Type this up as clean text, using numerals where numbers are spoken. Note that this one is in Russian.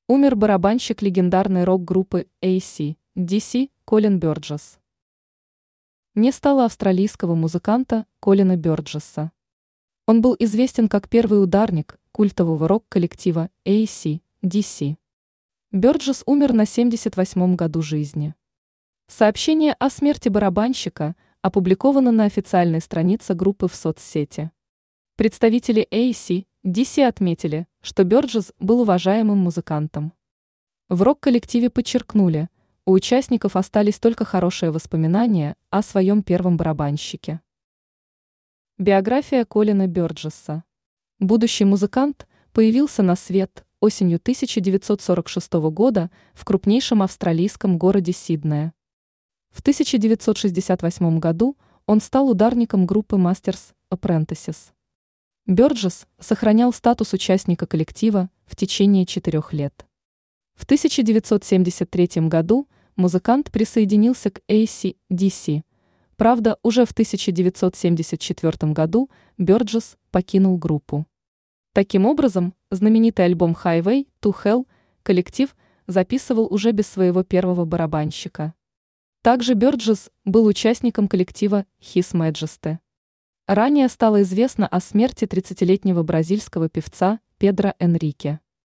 Умер барабанщик легендарной рок-группы AC/DC Колин Бёрджесс. Не стало австралийского музыканта Колина Бёрджесса. Он был известен как первый ударник культового рок-коллектива AC/DC. Бёрджесс умер на 78-м году жизни. Сообщение о смерти барабанщика опубликовано на официальной странице группы в соцсети. Представители AC/DC отметили, что Бёрджесс был уважаемым музыкантом. В рок-коллективе подчеркнули, у участников остались только хорошие воспоминания о своем первом барабанщике. Биография Колина Бёрджесса. Будущий музыкант появился на свет осенью 1946 года в крупнейшем австралийском городе Сиднея. В 1968 году он стал ударником группы Masters Apprentices. Бёрджесс сохранял статус участника коллектива в течение 4 лет. В 1973 году музыкант присоединился к AC/DC. Правда, уже в 1974 году Бёрджесс покинул группу. Таким образом, знаменитый альбом Highway to Hell коллектив записывал уже без своего первого барабанщика. Также Бёрджесс был участником коллектива His Majesty. Ранее стало известно о смерти 30-летнего бразильского певца Педро Энрике.